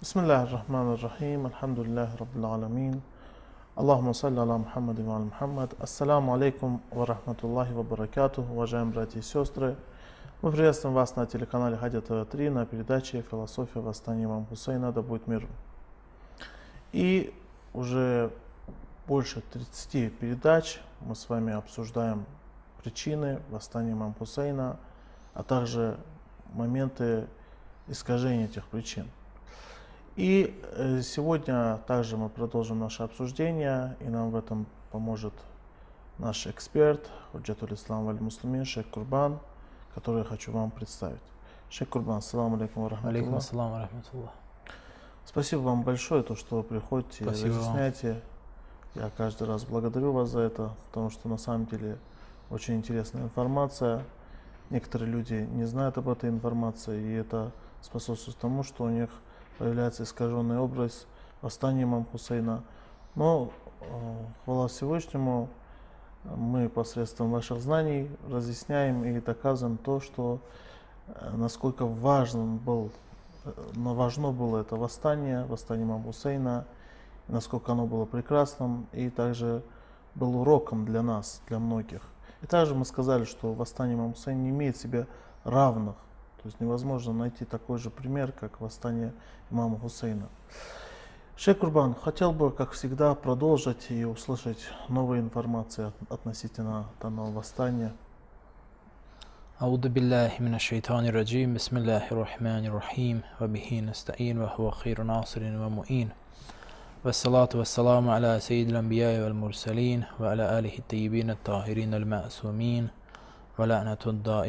بسم الله الرحمن الرحيم الحمد لله رب العالمين اللهم صل على محمد وعلى محمد. Ассаламу алейкум ва рахматуллахи ва баракатуху, уважаемые братья и сестры. Мы приветствуем вас на телеканале Хадия ТВ3 на передаче «Философия восстания имама Хусейна, да будет мир». И уже больше 30 передач мы с вами обсуждаем причины восстания имама Хусейна, а также моменты искажения этих причин. И сегодня также мы продолжим наше обсуждение, и нам в этом поможет наш эксперт, Худжатуль Ислам валь Муслимин, шейх Курбан, который я хочу вам представить. Шейх Курбан, ассаламу алейкум ва рахматуллах. Алейкум ассалам ва рахматуллах. Спасибо вам большое, то, что вы приходите и разъясняете. Я каждый раз благодарю вас за это, потому что на самом деле очень интересная информация. Некоторые люди не знают об этой информации, и это способствует тому, что у них появляется искаженный образ восстания имама Хусейна. Но, хвала Всевышнему, мы посредством ваших знаний разъясняем и доказываем то, что насколько важно было это восстание имама Хусейна, насколько оно было прекрасным и также был уроком для нас, для многих. И также мы сказали, что восстание имама Хусейна не имеет в себе равных. То есть невозможно найти такой же пример, как восстание имама Хусейна. Шейх Курбан, хотел бы, как всегда, продолжить и услышать новые информации относительно данного восстания. Ауду биллахи минаш шайтанир раджим, бисмиллахир рахманир рахим, ва бихи настаин, ва хуа хейру насирин ва муин. Вассалату вассаламу аля сайидил анбияи валь мурсалин, ва аля алихи таyyibin ат-тахирин аль-ма'сумин. Я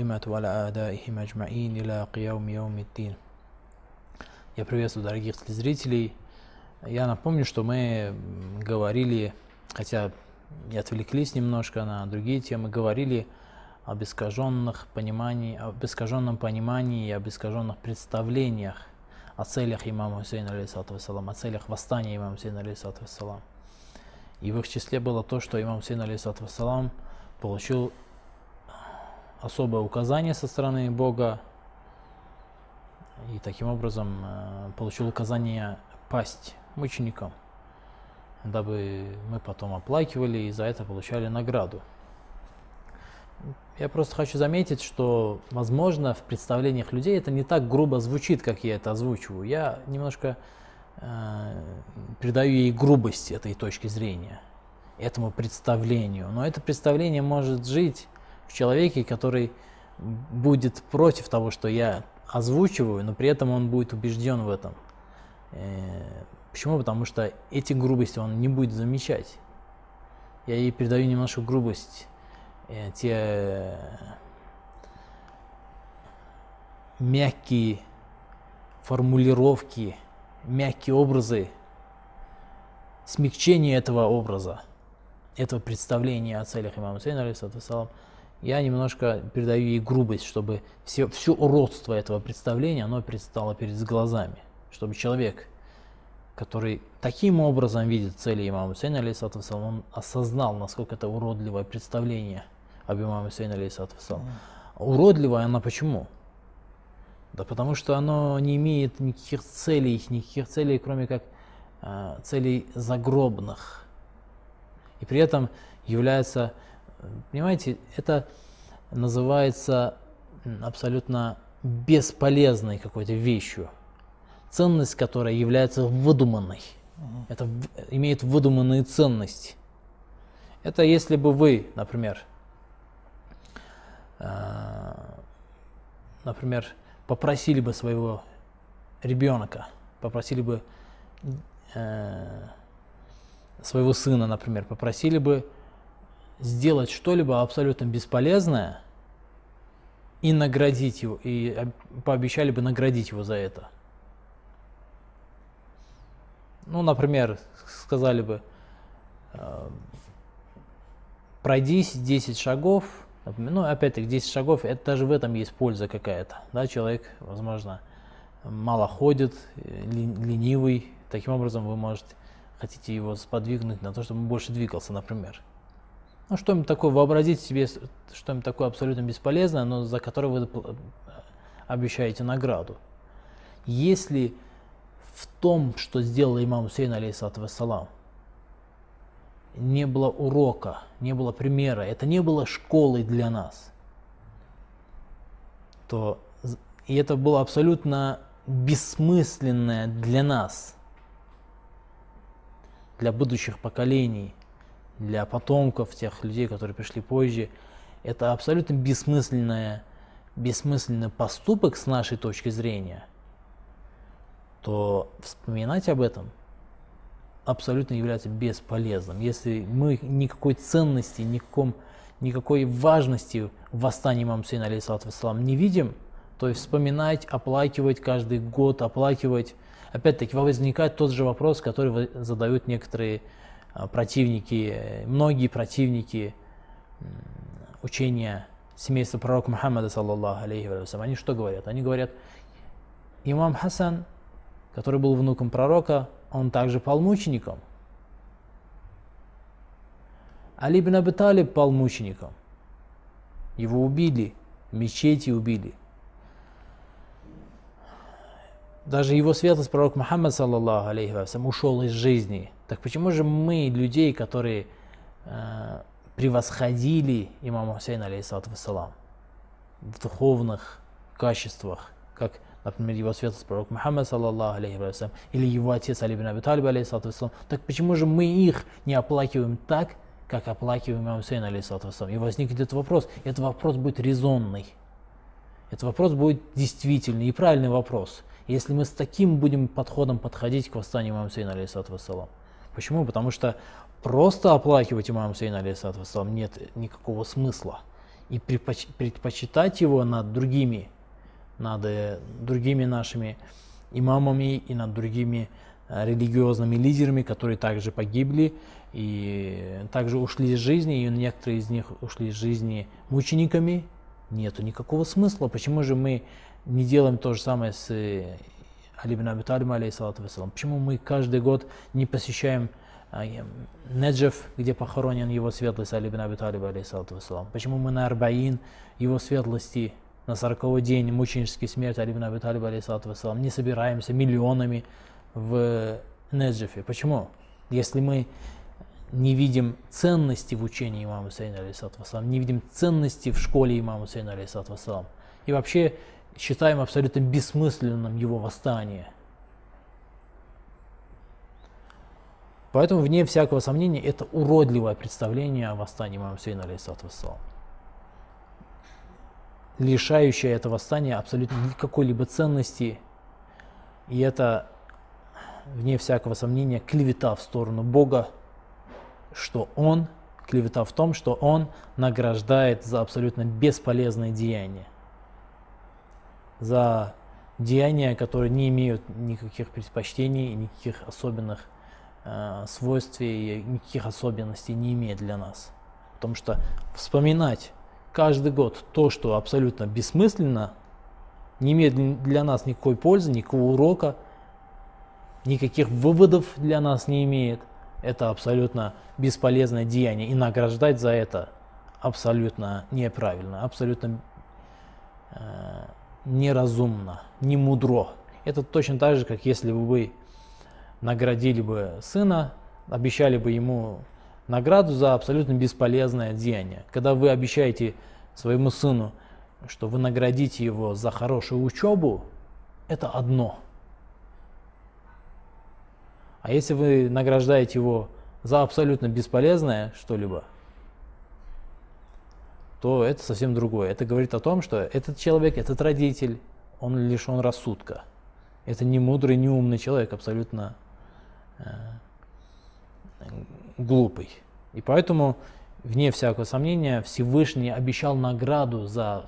приветствую дорогих телезрителей. Я напомню, что мы говорили, хотя и отвлеклись немножко на другие темы, говорили об искаженном понимании и об искаженных представлениях о целях имама Хусейна, алейхиссалату вассалам, о целях восстания имама Хусейна, алейхиссалату вассалам. И в их числе было то, что имам Хусейн, алейхиссалату вассалам, получил особое указание со стороны Бога и таким образом получил указание пасть мученикам, дабы мы потом оплакивали и за это получали награду. Я просто хочу заметить, что, возможно, в представлениях людей это не так грубо звучит, как я это озвучиваю. Я немножко придаю ей грубость этой точки зрения, этому представлению. Но это представление может жить в человеке, который будет против того, что я озвучиваю, но при этом он будет убежден в этом. Почему? Потому что эти грубости он не будет замечать. Я ей передаю немножко грубость, те мягкие формулировки, мягкие образы, смягчение этого образа, этого представления о целях имама Хусейна, алейхиссалату вассалам, я немножко передаю ей грубость, чтобы все уродство этого представления, оно предстало перед глазами. Чтобы человек, который таким образом видит цели имама Хусейна, алейхиссалату вассалам, он осознал, насколько это уродливое представление об имаме Хусейне, алейхиссалату вассалам. Уродливое оно почему? Да потому что оно не имеет никаких целей, кроме как целей загробных. И при этом является, понимаете, это называется абсолютно бесполезной какой-то вещью, ценность которой является выдуманной. Это имеет выдуманные ценности. Это если бы вы, например, попросили бы своего ребенка, попросили бы своего сына, например, попросили бы сделать что-либо абсолютно бесполезное и наградить его, и пообещали бы наградить его за это. Ну, например, сказали бы, пройдись 10 шагов, ну, опять-таки, 10 шагов, это даже в этом есть польза какая-то. Да, человек, возможно, мало ходит, ленивый, таким образом вы хотите его сподвигнуть на то, чтобы он больше двигался, например. Ну, что-нибудь такое, вообразите себе что-нибудь такое абсолютно бесполезное, но за которое вы обещаете награду. Если в том, что сделал имам Хусейн, алейхиссалату вассалам, не было урока, не было примера, это не было школой для нас, то и это было абсолютно бессмысленное для нас, для будущих поколений, для потомков тех людей, которые пришли позже, это абсолютно бессмысленный поступок с нашей точки зрения, то вспоминать об этом абсолютно является бесполезным. Если мы никакой ценности, никакой важности в восстании имама Хусейна, алейхиссалату вассалам, не видим, то есть вспоминать, оплакивать каждый год, оплакивать. Опять-таки возникает тот же вопрос, который задают некоторые противники, многие противники учения семейства пророка Мухаммада, саллаллаху алейхи ва саллям. Они что говорят? Они говорят, имам Хасан, который был внуком пророка, он также пал мучеником. Али ибн Аби Талиб пал мучеником. Его убили, в мечети убили. Даже его светлость пророк Мухаммад, саллаллаху алейхи ва саллям, ушел из жизни. Так почему же мы, людей, которые превосходили имама Хусейна, алейхиссалату вассалам, в духовных качествах, как, например, его светлость пророк Мухаммад, саллаллаху алейхи ва саллям, или его отец Али ибн Аби Талиб, алейхиссалату вассалам, так почему же мы их не оплакиваем так, как оплакиваем имама Хусейна, алейхиссалату вассалам? И возникнет этот вопрос. Этот вопрос будет резонный. Этот вопрос будет действительный и правильный вопрос, если мы с таким будем подходом подходить к восстанию имама Хусейна, алейхиссалату вассалам. Почему? Потому что просто оплакивать имама Хусейна, алейхиссалату вассалам, нет никакого смысла. И предпочитать его над другими нашими имамами и над другими религиозными лидерами, которые также погибли и также ушли из жизни, и некоторые из них ушли из жизни мучениками, нету никакого смысла. Почему же мы не делаем то же самое с Али ибн Аби Талибом, алейхиссалату вассалам? Почему мы каждый год не посещаем Неджев, где похоронен его светлость Али ибн Аби Талиб, алейхиссалату вассалам? Почему мы на Арбаин его светлости, на 40-й день мученической смерти Али ибн Аби Талиба, алейхиссалату вассалам, не собираемся миллионами в Неджефе? Почему? Если мы не видим ценности в учении имама Хусейна, алейхиссалату вассалам, не видим ценности в школе имама Хусейна, алейхиссалату вассалам, и вообще считаем абсолютно бессмысленным его восстание. Поэтому, вне всякого сомнения, это уродливое представление о восстании имама Хусейна, алейхиссалату вассалам, лишающее это восстание абсолютно какой-либо ценности, и это, вне всякого сомнения, клевета в сторону Бога, клевета в том, что Он награждает за абсолютно бесполезные деяния, за деяния, которые не имеют никаких предпочтений, никаких особенных свойств и никаких особенностей не имеет для нас. Потому что вспоминать каждый год то, что абсолютно бессмысленно, не имеет для нас никакой пользы, никакого урока, никаких выводов для нас не имеет, это абсолютно бесполезное деяние. И награждать за это абсолютно неправильно, абсолютно неразумно, не мудро. Это точно так же, как если бы вы наградили бы сына, обещали бы ему награду за абсолютно бесполезное деяние. Когда вы обещаете своему сыну, что вы наградите его за хорошую учебу, это одно. А если вы награждаете его за абсолютно бесполезное что-либо, то это совсем другое. Это говорит о том, что этот человек, этот родитель, он лишен рассудка. Это не мудрый, не умный человек, абсолютно глупый. И поэтому, вне всякого сомнения, Всевышний обещал награду за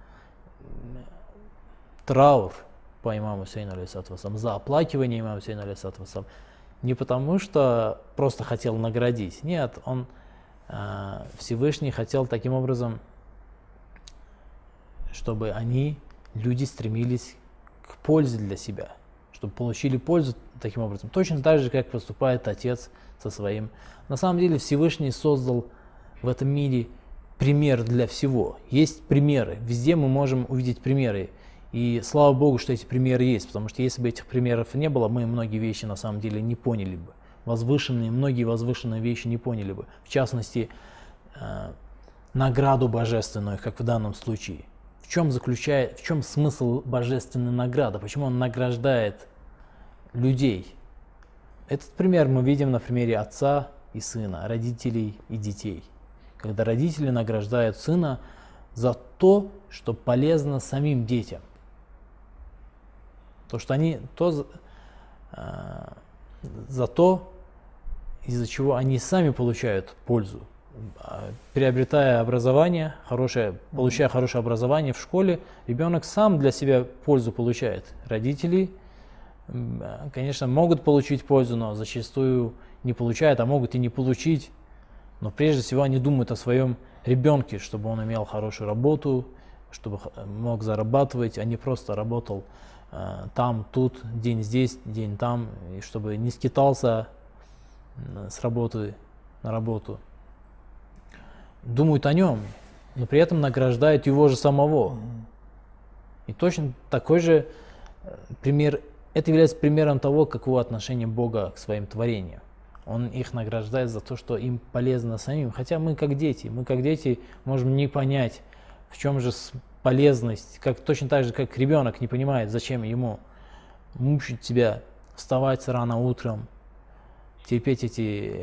траур по имаму Хусейну, алейхиссалату вассалам, за оплакивание имама Хусейна, алейхиссалату вассалам, не потому, что просто хотел наградить. Нет, Всевышний хотел таким образом, чтобы люди стремились к пользе для себя, чтобы получили пользу таким образом. Точно так же, как поступает отец со своим. На самом деле Всевышний создал в этом мире пример для всего. Есть примеры, везде мы можем увидеть примеры. И слава Богу, что эти примеры есть, потому что если бы этих примеров не было, мы многие вещи на самом деле не поняли бы. Многие возвышенные вещи не поняли бы. В частности, награду божественную, как в данном случае. В чем смысл божественной награды? Почему он награждает людей? Этот пример мы видим на примере отца и сына, родителей и детей. Когда родители награждают сына за то, что полезно самим детям. За то, из-за чего они сами получают пользу. Приобретая образование, получая хорошее образование в школе, ребенок сам для себя пользу получает. Родители, конечно, могут получить пользу, но зачастую не получают, а могут и не получить. Но прежде всего они думают о своем ребенке, чтобы он имел хорошую работу, чтобы мог зарабатывать, а не просто работал там, тут, день здесь, день там, и чтобы не скитался с работы на работу. Думают о нем, но при этом награждают его же самого. И точно такой же пример, это является примером того, каково отношение Бога к своим творениям. Он их награждает за то, что им полезно самим. Хотя мы как дети можем не понять, в чем же полезность, точно так же, как ребенок не понимает, зачем ему мучить себя, вставать рано утром, терпеть эти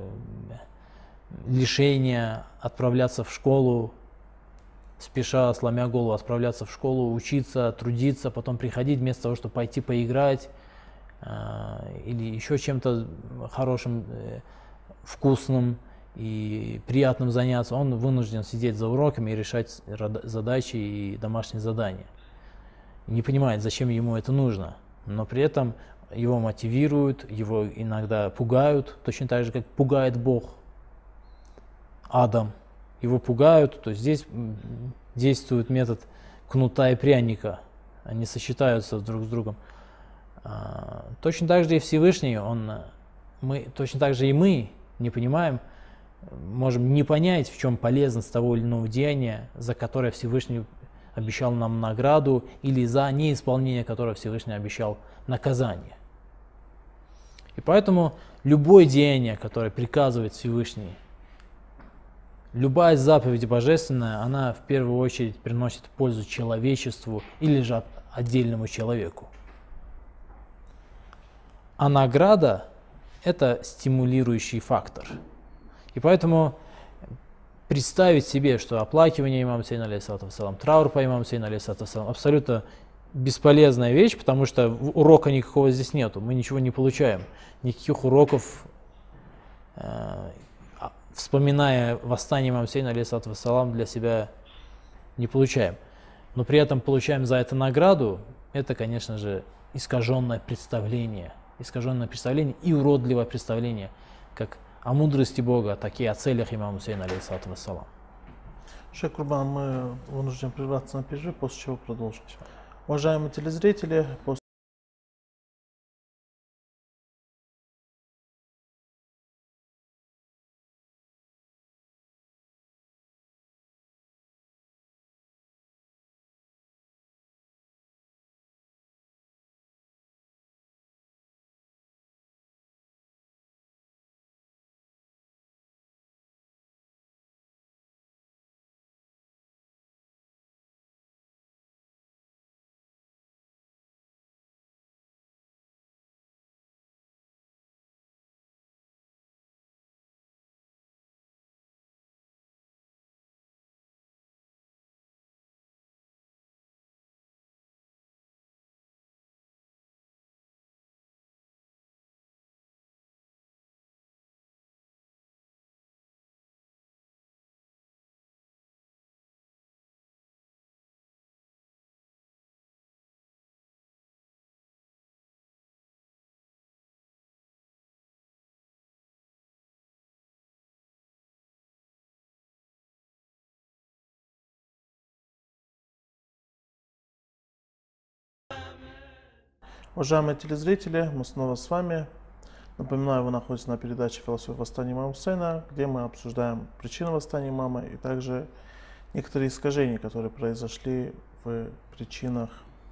лишения, отправляться в школу, спеша, сломя голову, отправляться в школу, учиться, трудиться, потом приходить вместо того, чтобы пойти поиграть или еще чем-то хорошим, вкусным и приятным заняться, он вынужден сидеть за уроками и решать задачи и домашние задания. И не понимает, зачем ему это нужно, но при этом его мотивируют, его иногда пугают, точно так же, как пугает Бог Адам. Его пугают, то есть здесь действует метод кнута и пряника, они сочетаются друг с другом. Точно так же и Всевышний, точно так же и мы не понимаем, можем не понять, в чем полезность того или иного деяния, за которое Всевышний обещал нам награду, или за неисполнение которого Всевышний обещал наказание. И поэтому любое деяние, которое приказывает Всевышний, любая заповедь божественная, она в первую очередь приносит пользу человечеству или же отдельному человеку. А награда – это стимулирующий фактор. И поэтому представить себе, что оплакивание имама Хусейна, алейхиссалату вассалам, траур по имаму Хусейну, алейхиссалату вассалам, абсолютно бесполезная вещь, потому что урока никакого здесь нету, мы ничего не получаем, никаких уроков, вспоминая восстание имама Хусейна, алейхиссалату вассалам, для себя не получаем. Но при этом получаем за это награду, это, конечно же, искаженное представление и уродливое представление, как о мудрости Бога, так и о целях имама Хусейна, алейхиссалату вассалам. Шейх Курбан, мы вынуждены прерваться на перерыв, после чего продолжим. Уважаемые телезрители, уважаемые телезрители, мы снова с вами. Напоминаю, вы находитесь на передаче «Философия восстания имама Хусейна», где мы обсуждаем причины восстания имама и также некоторые искажения, которые произошли в причинах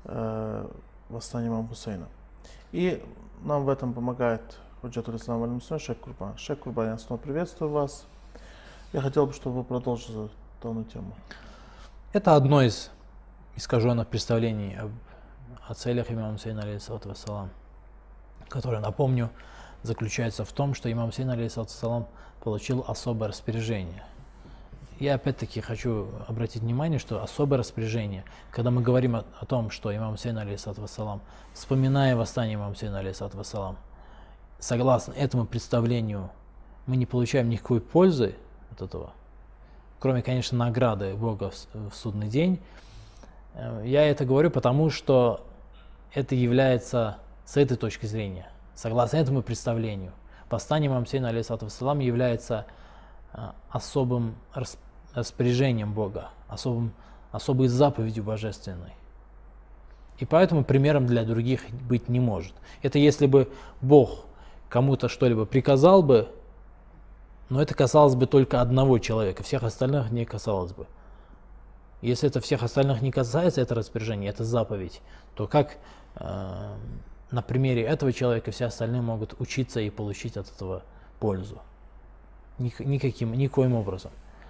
восстания имама Хусейна. И нам в этом помогает Худжатуль Ислам Аль-Муслим Шейх Курбан. Шейх Курбан, я снова приветствую вас. Я хотел бы, чтобы вы продолжили данную тему. Это одно из искаженных представлений о целях имама Хусейна, алейхиссалату вассалам, которое, напомню, заключается в том, что имам Хусейн, алейхиссалату вассалам, получил особое распоряжение. Я опять-таки хочу обратить внимание, что особое распоряжение, когда мы говорим о том, что имам Хусейн, алейхиссалату вассалам, вспоминая восстание имама Хусейна, алейхиссалату вассалам, согласно этому представлению, мы не получаем никакой пользы от этого, кроме, конечно, награды Бога в судный день. Я это говорю потому, что это является, с этой точки зрения, согласно этому представлению, восстание имама Хусейна, алейхиссалату вассалам, является особым распоряжением Бога, особой заповедью божественной. И поэтому примером для других быть не может. Это если бы Бог кому-то что-либо приказал бы, но это касалось бы только одного человека, всех остальных не касалось бы. Если это всех остальных не касается, это распоряжение, это заповедь, то как на примере этого человека все остальные могут учиться и получить от этого пользу? Никоим образом.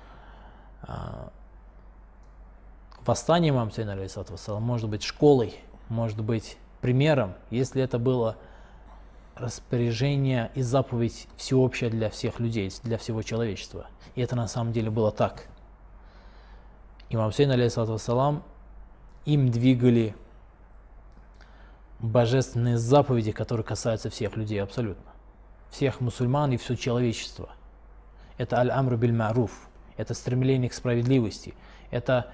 Восстание имама Хусейна, алейхиссалату вассалам, может быть школой, может быть примером, если это было распоряжение и заповедь всеобщая для всех людей, для всего человечества. И это на самом деле было так. Имам Хусейн, алейхиссалату вассалам, им двигали божественные заповеди, которые касаются всех людей абсолютно. Всех мусульман и все человечество. Это аль-амру биль-ма'руф, это стремление к справедливости, это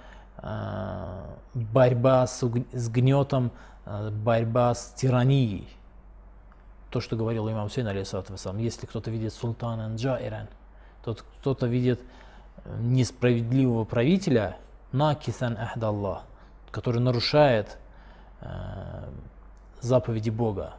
борьба с гнетом, борьба с тиранией. То, что говорил имам Хусейн, алейхиссалату вассалам, если кто-то видит султана джаиран, тот кто-то видит несправедливого правителя, накисан ахдаллах, который нарушает заповеди Бога,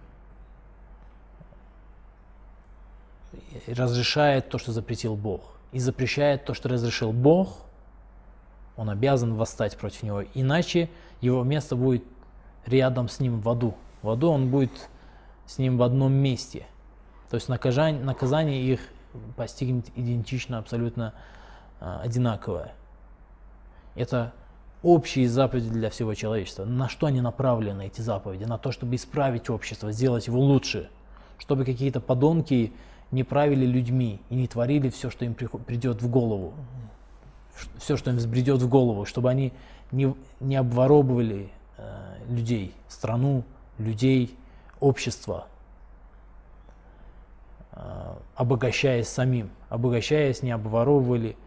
разрешает то, что запретил Бог, и запрещает то, что разрешил Бог, он обязан восстать против него, иначе его место будет рядом с ним в аду. В аду он будет с ним в одном месте. То есть наказание их постигнет идентично, абсолютно одинаковое. Это общие заповеди для всего человечества. На что они направлены, эти заповеди? На то, чтобы исправить общество, сделать его лучше, чтобы какие-то подонки не правили людьми и не творили все, что им придет в голову, все, что им взбредет в голову, чтобы они не обворовывали людей, страну, людей, общество, обогащаясь самим, обогащаясь, не обворовывали.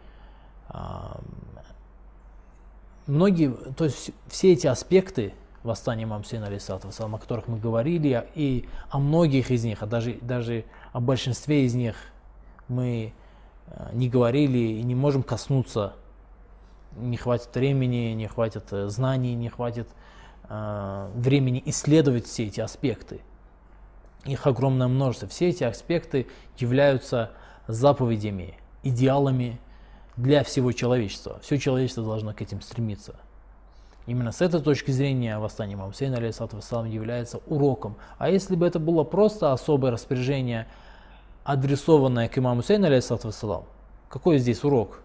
Многие, то есть все эти аспекты восстания имама Хусейна, алейхиссалату вассалам, о которых мы говорили, и о многих из них, а даже о большинстве из них мы не говорили и не можем коснуться. Не хватит времени, не хватит знаний, не хватит времени исследовать все эти аспекты. Их огромное множество. Все эти аспекты являются заповедями, идеалами для всего человечества. Все человечество должно к этим стремиться. Именно с этой точки зрения восстание имама Хусейна, алейхиссалату вассалам, является уроком. А если бы это было просто особое распоряжение, адресованное к имаму Хусейну, алейхиссалату вассалам, какой здесь урок?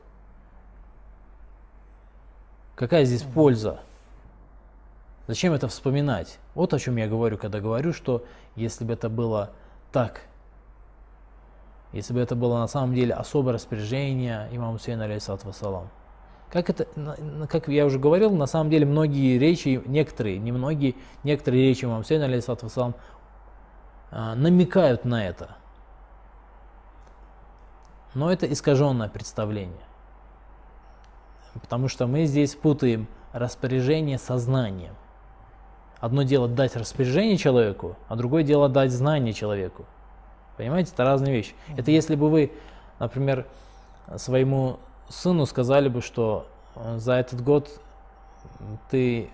Какая здесь польза? Зачем это вспоминать? Вот о чем я говорю, когда говорю, что если бы это было так, если бы это было на самом деле особое распоряжение имама Хусейна, алейхиссалату вассалам. Как я уже говорил, на самом деле многие речи, некоторые речи имама Хусейна, алейхиссалату вассалам, намекают на это. Но это искаженное представление. Потому что мы здесь путаем распоряжение со знанием. Одно дело дать распоряжение человеку, а другое дело дать знание человеку. Понимаете, это разные вещи. Это если бы вы, например, своему сыну сказали бы, что за этот год ты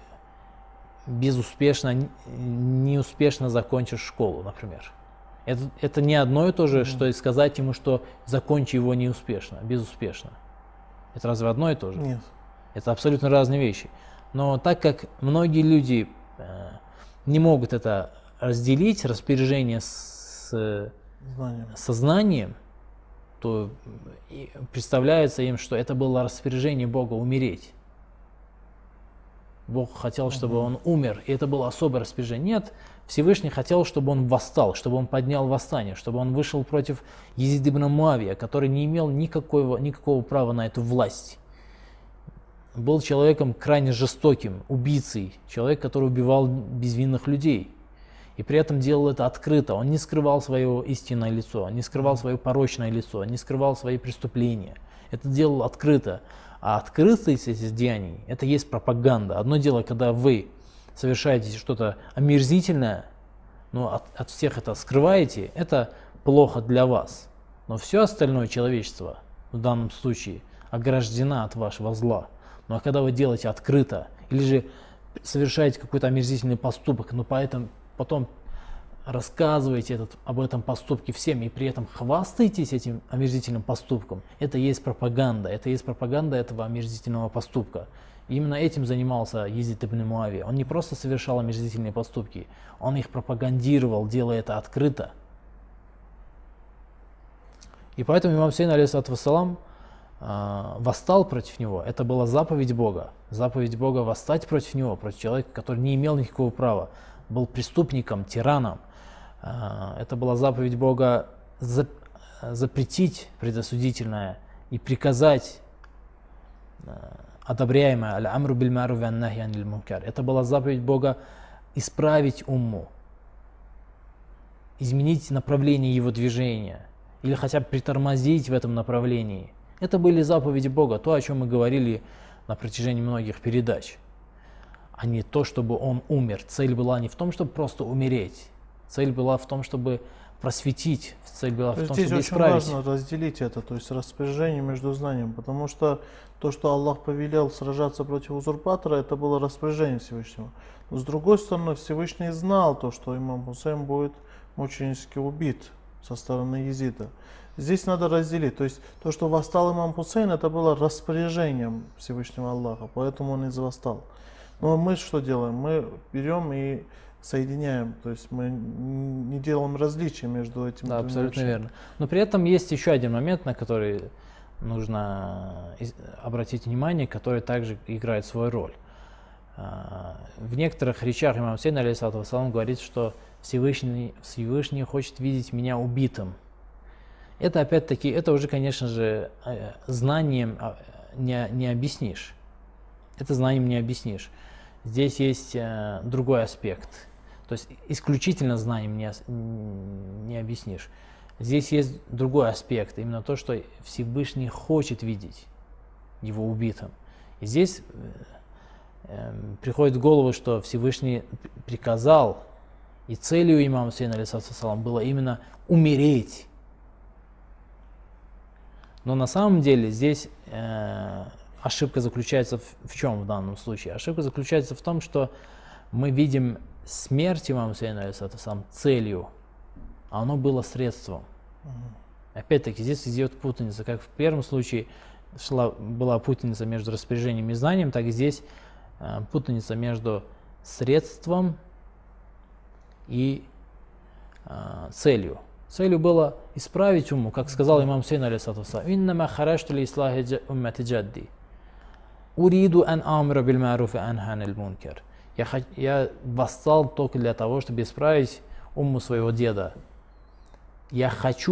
неуспешно закончишь школу, например. Это не одно и то же, что и сказать ему, что закончи его неуспешно, безуспешно. Это разве одно и то же? Нет. Это абсолютно разные вещи. Но так как многие люди не могут это разделить, распоряжение со знанием, то представляется им, что это было распоряжение Бога умереть. Бог хотел, чтобы он умер, и это было особое распоряжение. Нет, Всевышний хотел, чтобы он восстал, чтобы он поднял восстание, чтобы он вышел против Езид ибн Муавия, который не имел никакого права на эту власть. Был человеком крайне жестоким, убийцей, человек, который убивал безвинных людей. И при этом делал это открыто. Он не скрывал свое истинное лицо, не скрывал свое порочное лицо, не скрывал свои преступления. Это делал открыто. А открытость этих деяний – это есть пропаганда. Одно дело, когда вы совершаете что-то омерзительное, но от всех это скрываете, это плохо для вас. Но все остальное человечество в данном случае ограждено от вашего зла. Ну а когда вы делаете открыто, или же совершаете какой-то омерзительный поступок, но потом рассказываете об этом поступке всем и при этом хвастаетесь этим омерзительным поступком, это есть пропаганда этого омерзительного поступка. И именно этим занимался Езид ибн Муавия. Он не просто совершал омерзительные поступки, он их пропагандировал, делая это открыто. И поэтому имам Хусейн, алейхиссалату вассалам, восстал против него. Это была заповедь Бога восстать против него, против человека, который не имел никакого права, был преступником, тираном. Это была заповедь Бога запретить предосудительное и приказать одобряемое. Аль-амру биль-ма'руфи ан-нахи аниль мункар. Это была заповедь Бога исправить умму, изменить направление его движения или хотя бы притормозить в этом направлении. Это были заповеди Бога, то, о чем мы говорили на протяжении многих передач, а не то, чтобы он умер. Цель была не в том, чтобы просто умереть. Цель была в том, чтобы просветить. Цель была в том, чтобы исправить. Здесь очень важно разделить это, то есть распоряжение между знанием, потому что то, что Аллах повелел сражаться против узурпатора, это было распоряжение Всевышнего. Но с другой стороны, Всевышний знал то, что имам Хусейн будет мученически убит со стороны Езида. Здесь надо разделить. То есть то, что восстал имам Хусейн, это было распоряжением Всевышнего Аллаха, поэтому он и восстал. Но мы что делаем? Мы берем и соединяем, то есть мы не делаем различия между этими. Да, абсолютно верно. Но при этом есть еще один момент, на который нужно обратить внимание, который также играет свою роль. В некоторых речах имам Хусейн, алейхиссалату вассалам, говорит, что Всевышний хочет видеть меня убитым. Это опять-таки, это уже, конечно же, знанием не объяснишь. Это знанием не объяснишь. Здесь есть другой аспект. То есть исключительно знанием не объяснишь. Здесь есть другой аспект. Именно то, что Всевышний хочет видеть его убитым. И здесь приходит в голову, что Всевышний приказал, и целью имама Хусейна, алейхиссалату вассалам, было именно умереть. Но на самом деле здесь ошибка заключается в чем в данном случае? Ошибка заключается в том, что мы видим смерть имама Хусейна, алейхиссалату вассалам, целью, а оно было средством. Опять-таки здесь идет путаница. Как в первом случае была путаница между распоряжением и знанием, так и здесь путаница между средством и целью. Целью было исправить умму, как сказал имам Хусейн, алейхиссалату вассалам: «Иннама хараджту ли ислахи уммати джадди, уриду ан амра биль ма'руфи анха аниль мункар». Я восстал только для того, чтобы исправить умму своего деда. Я хочу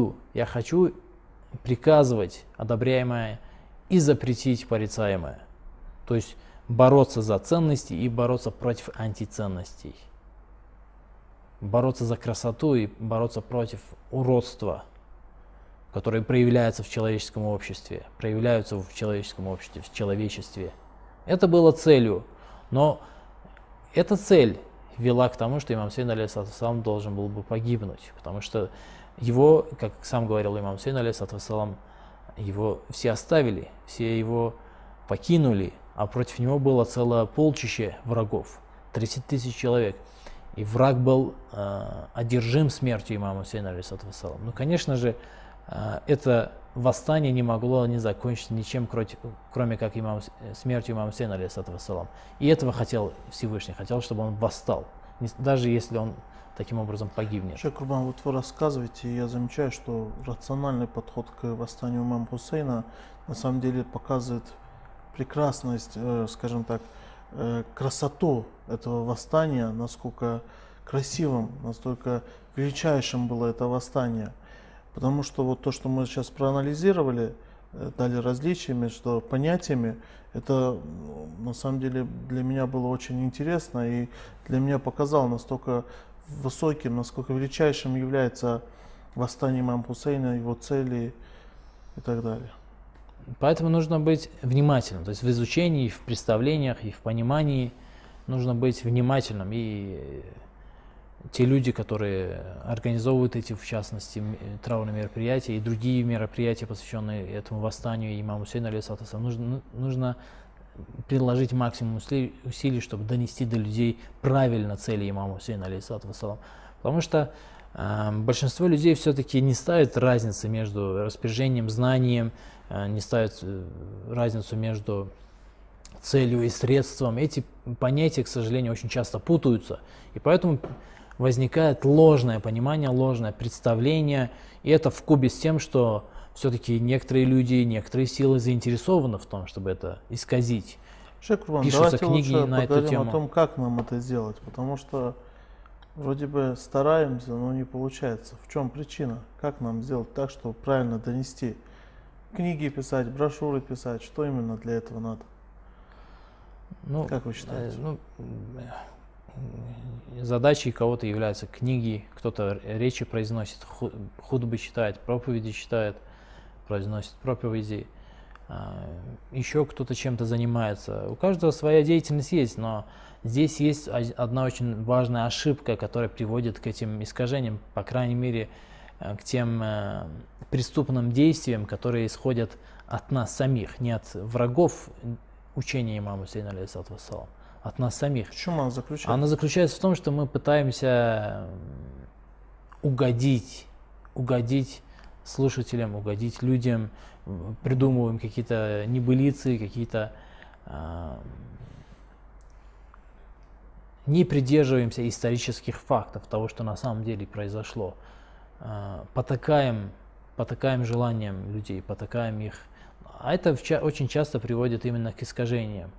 приказывать одобряемое и запретить порицаемое. То есть бороться за ценности и бороться против антиценностей. Бороться за красоту и бороться против уродства, которые проявляются в человеческом обществе, в человечестве. Это было целью, но эта цель вела к тому, что имам Хусейн, алейхиссалату вассалам, должен был бы погибнуть, потому что его, как сам говорил имам Хусейн, алейхиссалату вассалам, его все оставили, все его покинули, а против него было целое полчище врагов, 30 тысяч человек. И враг был одержим смертью имама Хусейна, алейхиссалату вассалам. Ну, конечно же, это восстание не могло не закончиться ничем, кроме как смертью имама Хусейна, алейхиссалам. И этого хотел Всевышний, хотел, чтобы он восстал, даже если он таким образом погибнет. Шейх Курбан, вот вы рассказываете, и я замечаю, что рациональный подход к восстанию имама Хусейна на самом деле показывает прекрасность, скажем так, красоту этого восстания, насколько красивым, настолько величайшим было это восстание. Потому что вот то, что мы сейчас проанализировали, дали различия между понятиями, это на самом деле для меня было очень интересно и для меня показало, настолько высоким, насколько величайшим является восстание имама Хусейна, его цели и так далее. Поэтому нужно быть внимательным, то есть в изучении, и в представлениях, и в понимании нужно быть внимательным. И те люди, которые организовывают эти, в частности, траурные мероприятия и другие мероприятия, посвященные этому восстанию имама Хусейна, нужно приложить максимум усилий, чтобы донести до людей правильно цели имама Хусейна, алейхиссалам. Потому что большинство людей все-таки не ставят разницы между распоряжением, знанием, не ставят разницу между целью и средством. Эти понятия, к сожалению, очень часто путаются. И поэтому возникает ложное понимание, ложное представление. И это вкупе с тем, что все-таки некоторые люди, некоторые силы заинтересованы в том, чтобы это исказить. Шейх Курбан, Пишутся книги на эту тему. Поговорим о том, как нам это сделать. Потому что вроде бы стараемся, но не получается. В чем причина? Как нам сделать так, чтобы правильно донести? Книги писать, брошюры писать, что именно для этого надо? Ну, как вы считаете? Задачей кого-то являются книги, кто-то речи произносит, худбы читает, проповеди читает, произносит проповеди, еще кто-то чем-то занимается. У каждого своя деятельность есть, но здесь есть одна очень важная ошибка, которая приводит к этим искажениям, по крайней мере, к тем преступным действиям, которые исходят от нас самих, не от врагов учения имама Хусейна, алейхиссалам, от нас самих. В чем она заключается? Она заключается в том, что мы пытаемся угодить слушателям, угодить людям, придумываем какие-то небылицы, какие-то не придерживаемся исторических фактов того, что на самом деле произошло. Потакаем желаниям людей, потакаем их. А это очень часто приводит именно к искажениям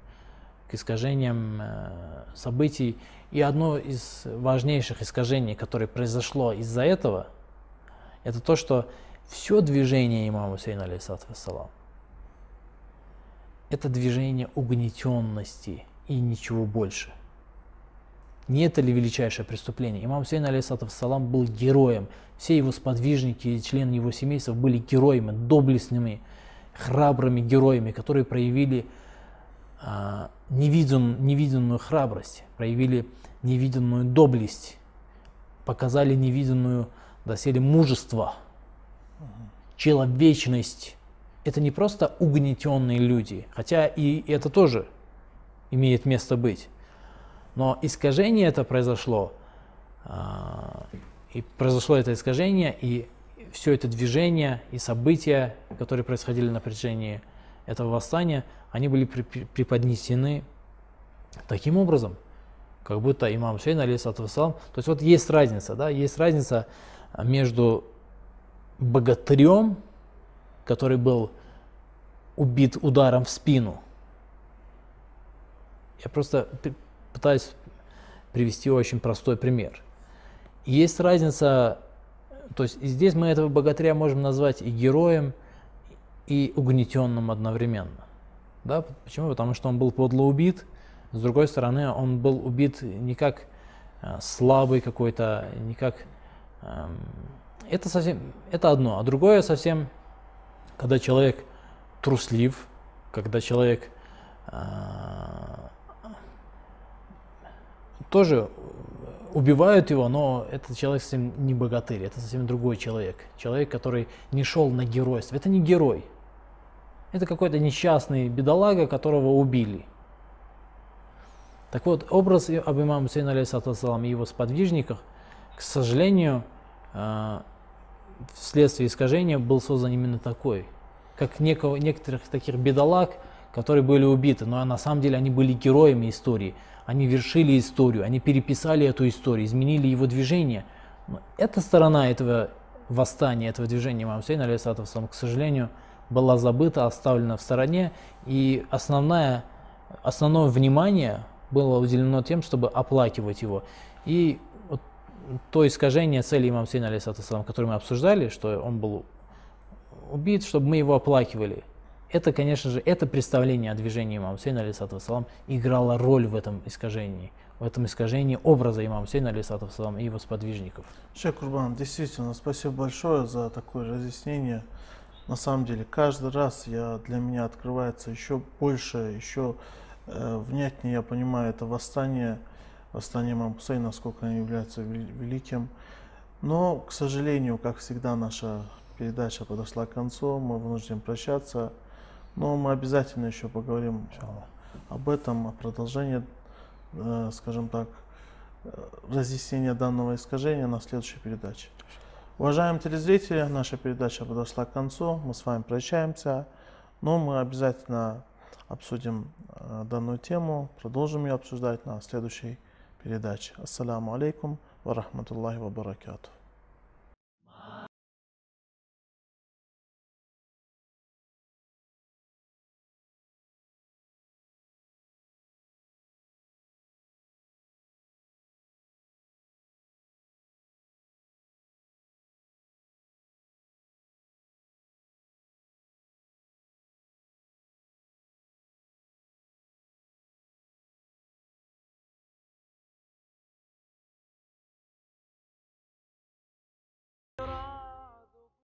событий. И одно из важнейших искажений, которое произошло из-за этого, это то, что все движение имама Хусейна, алейхиссалам, это движение угнетенности и ничего больше. Не это ли величайшее преступление? Имам Хусейн, алейхиссалам, был героем. Все его сподвижники и члены его семейства были героями, доблестными, храбрыми героями, которые проявили невиданную храбрость, проявили невиданную доблесть, показали невиданную доселе мужество, человечность. Это не просто угнетенные люди, хотя и это тоже имеет место быть. Но искажение это произошло, и произошло это искажение, и все это движение и события, которые происходили на протяжении этого восстания, они были преподнесены таким образом, как будто имам Хусейн, алейхиссалам, то есть вот есть разница, да, есть разница между богатырем, который был убит ударом в спину. Я просто пытаюсь привести очень простой пример. Есть разница, то есть здесь мы этого богатыря можем назвать и героем, и угнетенным одновременно. Да? Почему? Потому что он был подло убит. С другой стороны, он был убит не как слабый какой-то, не как... Это одно. А другое совсем, когда человек труслив, когда человек тоже убивают его, но этот человек совсем не богатырь, это совсем другой человек. Человек, который не шел на геройство. Это не герой. Это какой-то несчастный бедолага, которого убили. Так вот, образ об имаме Хусейне, алейхиссалам, и его сподвижниках, к сожалению, вследствие искажения был создан именно такой. Как некоторых таких бедолаг, которые были убиты, но на самом деле они были героями истории. Они вершили историю, они переписали эту историю, изменили его движение. Но эта сторона этого восстания, этого движения имама Хусейна, алейхиссалату вассалам, к сожалению, была забыта, оставлена в стороне. И основное внимание было уделено тем, чтобы оплакивать его. И вот то искажение цели имама Хусейна, алейхиссалату вассалам, которое мы обсуждали, что он был убит, чтобы мы его оплакивали. Это, конечно же, это представление о движении имама Хусейна, алейхиссалату вассалам, играло роль в этом искажении образа имама Хусейна, алейхиссалату вассалам, и его сподвижников. Шейх Курбан, действительно, спасибо большое за такое разъяснение. На самом деле, каждый раз для меня открывается еще больше, еще внятнее я понимаю это восстание имама Хусейна, насколько оно является великим. Но, к сожалению, как всегда, наша передача подошла к концу, мы вынуждены прощаться. Но мы обязательно еще поговорим об этом, о продолжении, скажем так, разъяснения данного искажения на следующей передаче. Уважаемые телезрители, наша передача подошла к концу, мы с вами прощаемся, но мы обязательно обсудим данную тему, продолжим ее обсуждать на следующей передаче. Ассаламу алейкум ва рахматуллахи ва баракатух.